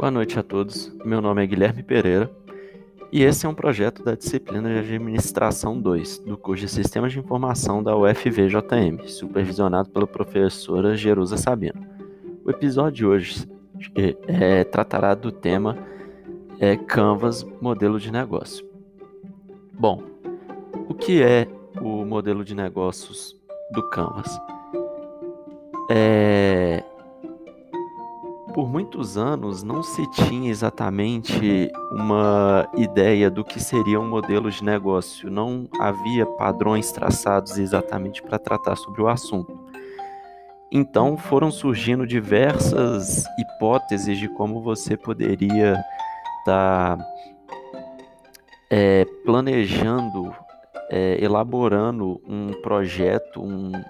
Boa noite a todos. Meu nome é Guilherme Pereira e esse é um projeto da disciplina de Administração 2 do curso de Sistemas de Informação da UFVJM, supervisionado pela professora Jerusa Sabino. O episódio de hoje tratará do tema Canvas Modelo de Negócio. Bom, o que é o modelo de negócios do Canvas? Por muitos anos não se tinha exatamente uma ideia do que seria um modelo de negócio, não havia padrões traçados exatamente para tratar sobre o assunto. Então foram surgindo diversas hipóteses de como você poderia estar planejando, elaborando um projeto,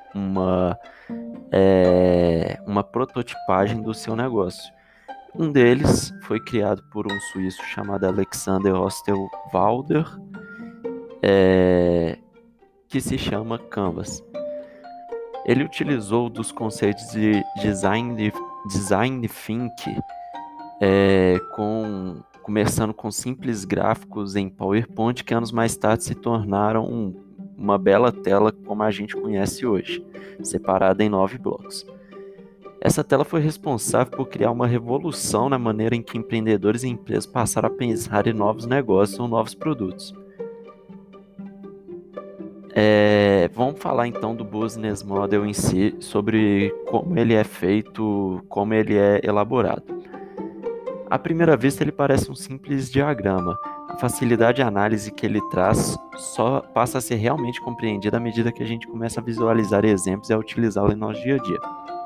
uma prototipagem do seu negócio. Um deles foi criado por um suíço chamado Alexander Osterwalder, que se chama Canvas. Ele utilizou dos conceitos de design thinking, começando com simples gráficos em PowerPoint, que anos mais tarde se tornaram uma bela tela como a gente conhece hoje, separada em 9 blocos. Essa tela foi responsável por criar uma revolução na maneira em que empreendedores e empresas passaram a pensar em novos negócios ou novos produtos. Vamos falar então do Business Model em si, sobre como ele é feito, como ele é elaborado. À primeira vista ele parece um simples diagrama. A facilidade de análise que ele traz só passa a ser realmente compreendida à medida que a gente começa a visualizar exemplos e a utilizá-lo em nosso dia a dia.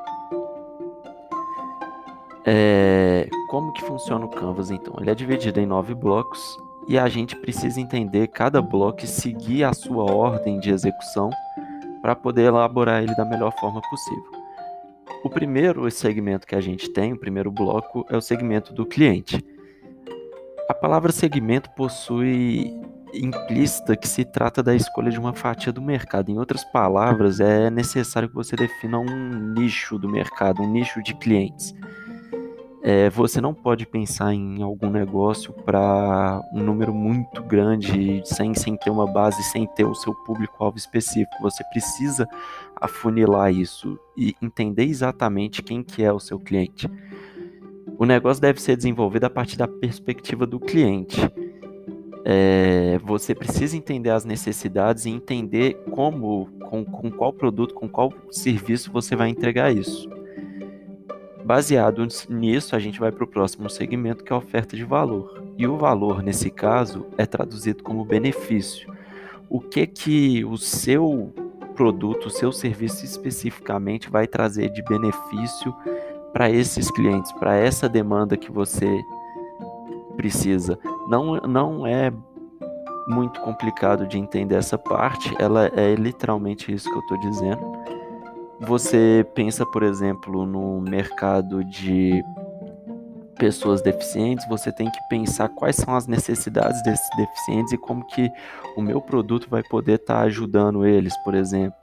Como que funciona o Canvas então? Ele é dividido em 9 blocos e a gente precisa entender cada bloco e seguir a sua ordem de execução para poder elaborar ele da melhor forma possível. O primeiro segmento que a gente tem, o primeiro bloco, é o segmento do cliente. A palavra segmento possui implícita que se trata da escolha de uma fatia do mercado. Em outras palavras, é necessário que você defina um nicho do mercado, um nicho de clientes. Você não pode pensar em algum negócio para um número muito grande, sem ter uma base, sem ter o seu público-alvo específico. Você precisa afunilar isso e entender exatamente quem que é o seu cliente. O negócio deve ser desenvolvido a partir da perspectiva do cliente. Você precisa entender as necessidades e entender com qual produto, com qual serviço você vai entregar isso. Baseado nisso, a gente vai para o próximo segmento, que é a oferta de valor. E o valor, nesse caso, é traduzido como benefício. O que o seu produto, o seu serviço especificamente vai trazer de benefício para esses clientes, para essa demanda que você precisa. Não é muito complicado de entender essa parte, ela é literalmente isso que eu estou dizendo. Você pensa, por exemplo, no mercado de pessoas deficientes, você tem que pensar quais são as necessidades desses deficientes e como que o meu produto vai poder estar ajudando eles, por exemplo.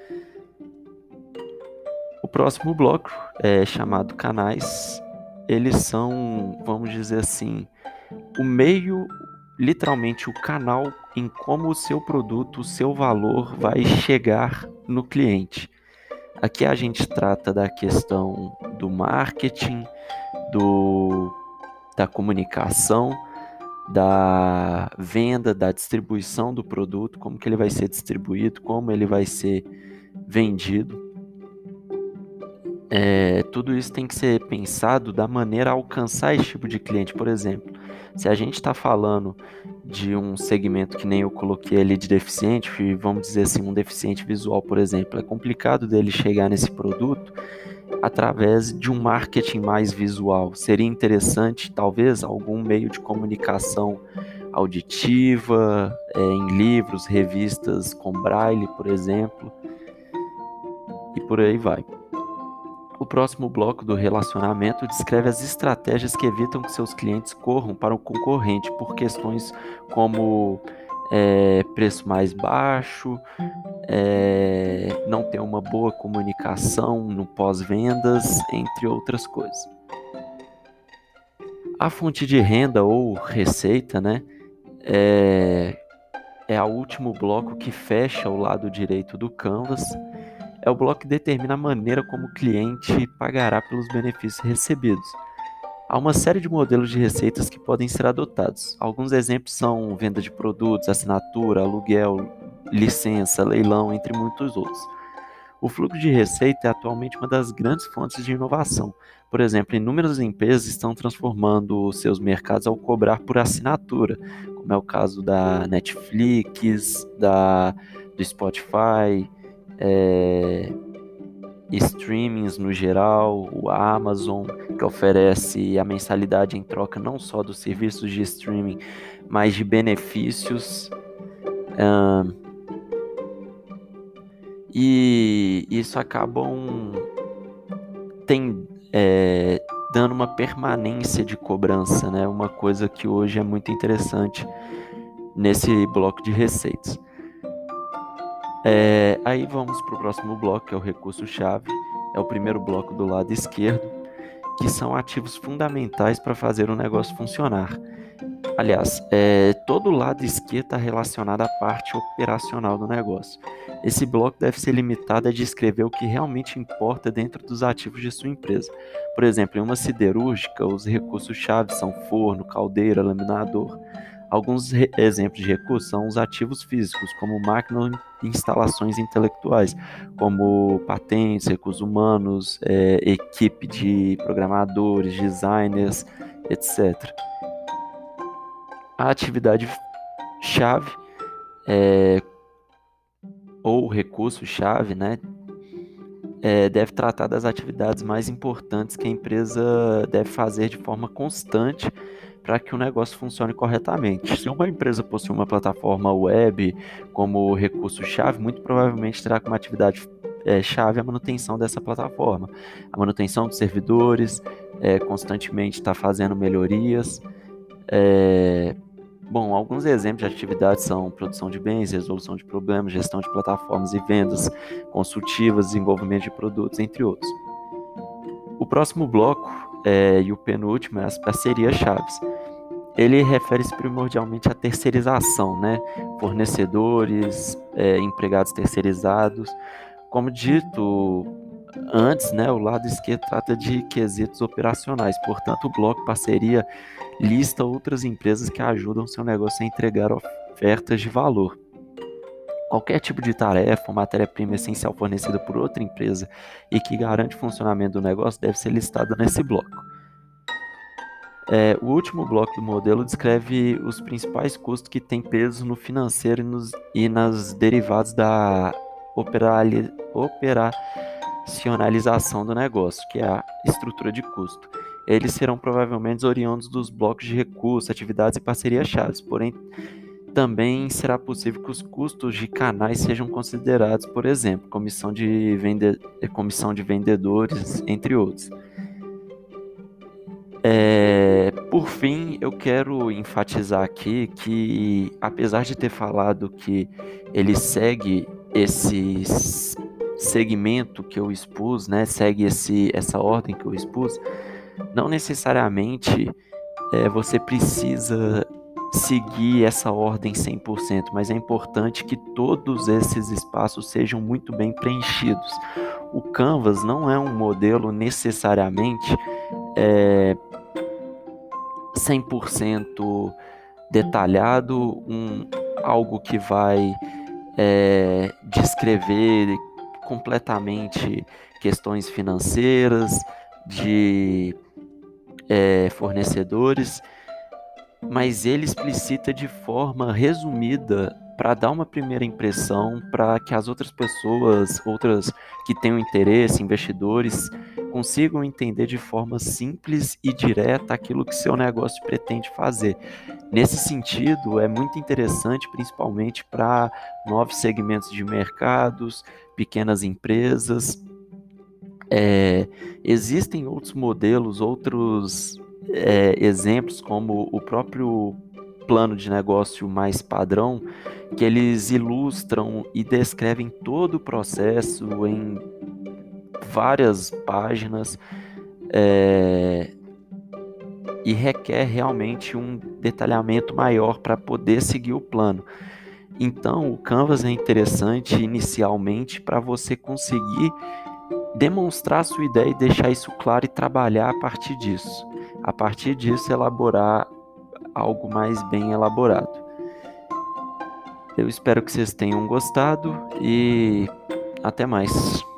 O próximo bloco é chamado canais. Eles são, vamos dizer assim, o meio, literalmente o canal em como o seu produto, o seu valor vai chegar no cliente. Aqui a gente trata da questão do marketing, da comunicação, da venda, da distribuição do produto, como que ele vai ser distribuído, como ele vai ser vendido. Tudo isso tem que ser pensado da maneira a alcançar esse tipo de cliente. Por exemplo, se a gente está falando de um segmento que nem eu coloquei ali de deficiente, vamos dizer assim, um deficiente visual, por exemplo, é complicado dele chegar nesse produto através de um marketing mais visual. Seria interessante, talvez, algum meio de comunicação auditiva, em livros, revistas com braille, por exemplo, e por aí vai. O próximo bloco do relacionamento descreve as estratégias que evitam que seus clientes corram para o concorrente por questões como preço mais baixo, não ter uma boa comunicação no pós-vendas, entre outras coisas. A fonte de renda ou receita, né, é o último bloco que fecha o lado direito do Canvas. É o bloco que determina a maneira como o cliente pagará pelos benefícios recebidos. Há uma série de modelos de receitas que podem ser adotados. Alguns exemplos são venda de produtos, assinatura, aluguel, licença, leilão, entre muitos outros. O fluxo de receita é atualmente uma das grandes fontes de inovação. Por exemplo, inúmeras empresas estão transformando seus mercados ao cobrar por assinatura, como é o caso da Netflix, do Spotify, streamings no geral, o Amazon, que oferece a mensalidade em troca não só dos serviços de streaming, mas de benefícios. E isso acabam dando uma permanência de cobrança, né? Uma coisa que hoje é muito interessante nesse bloco de receitas. Aí vamos para o próximo bloco, que é o recurso-chave. É o primeiro bloco do lado esquerdo, que são ativos fundamentais para fazer o negócio funcionar. Aliás, todo o lado esquerdo está relacionado à parte operacional do negócio. Esse bloco deve ser limitado a descrever o que realmente importa dentro dos ativos de sua empresa. Por exemplo, em uma siderúrgica, os recursos-chave são forno, caldeira, laminador. Alguns exemplos de recursos são os ativos físicos, como máquinas e instalações intelectuais, como patentes, recursos humanos, equipe de programadores, designers, etc. A atividade-chave ou recurso-chave, né, deve tratar das atividades mais importantes que a empresa deve fazer de forma constante para que o negócio funcione corretamente. Se uma empresa possui uma plataforma web como recurso-chave, muito provavelmente terá como atividade chave a manutenção dessa plataforma, a manutenção dos servidores, constantemente está fazendo melhorias. Bom, alguns exemplos de atividades são produção de bens, resolução de problemas, gestão de plataformas e vendas consultivas, desenvolvimento de produtos, entre outros. O próximo bloco, e o penúltimo, é as parcerias-chaves. Ele refere-se primordialmente à terceirização, né? Fornecedores, empregados terceirizados. Como dito antes, né, o lado esquerdo trata de quesitos operacionais, portanto, o bloco parceria lista outras empresas que ajudam seu negócio a entregar ofertas de valor. Qualquer tipo de tarefa ou matéria-prima essencial fornecida por outra empresa e que garante o funcionamento do negócio deve ser listada nesse bloco. O último bloco do modelo descreve os principais custos que têm peso no financeiro e nas derivadas da operacionalização do negócio, que é a estrutura de custo. Eles serão provavelmente oriundos dos blocos de recursos, atividades e parcerias-chave, porém também será possível que os custos de canais sejam considerados, por exemplo, comissão de vendedores, entre outros. Por fim, eu quero enfatizar aqui que, apesar de ter falado que ele segue esse segmento que eu expus, né, segue essa ordem que eu expus, não necessariamente você precisa seguir essa ordem 100%, mas é importante que todos esses espaços sejam muito bem preenchidos. O Canvas não é um modelo necessariamente 100% detalhado, algo que vai descrever completamente questões financeiras, de fornecedores, mas ele explicita de forma resumida para dar uma primeira impressão, para que as outras pessoas, outras que tenham interesse, investidores, consigam entender de forma simples e direta aquilo que seu negócio pretende fazer. Nesse sentido, é muito interessante, principalmente para novos segmentos de mercados, pequenas empresas. Existem outros modelos, outros exemplos, como o próprio plano de negócio mais padrão, que eles ilustram e descrevem todo o processo em várias páginas. e requer realmente um detalhamento maior para poder seguir o plano. Então, o Canvas é interessante inicialmente para você conseguir demonstrar a sua ideia e deixar isso claro e trabalhar a partir disso. A partir disso, elaborar algo mais bem elaborado. Eu espero que vocês tenham gostado e até mais.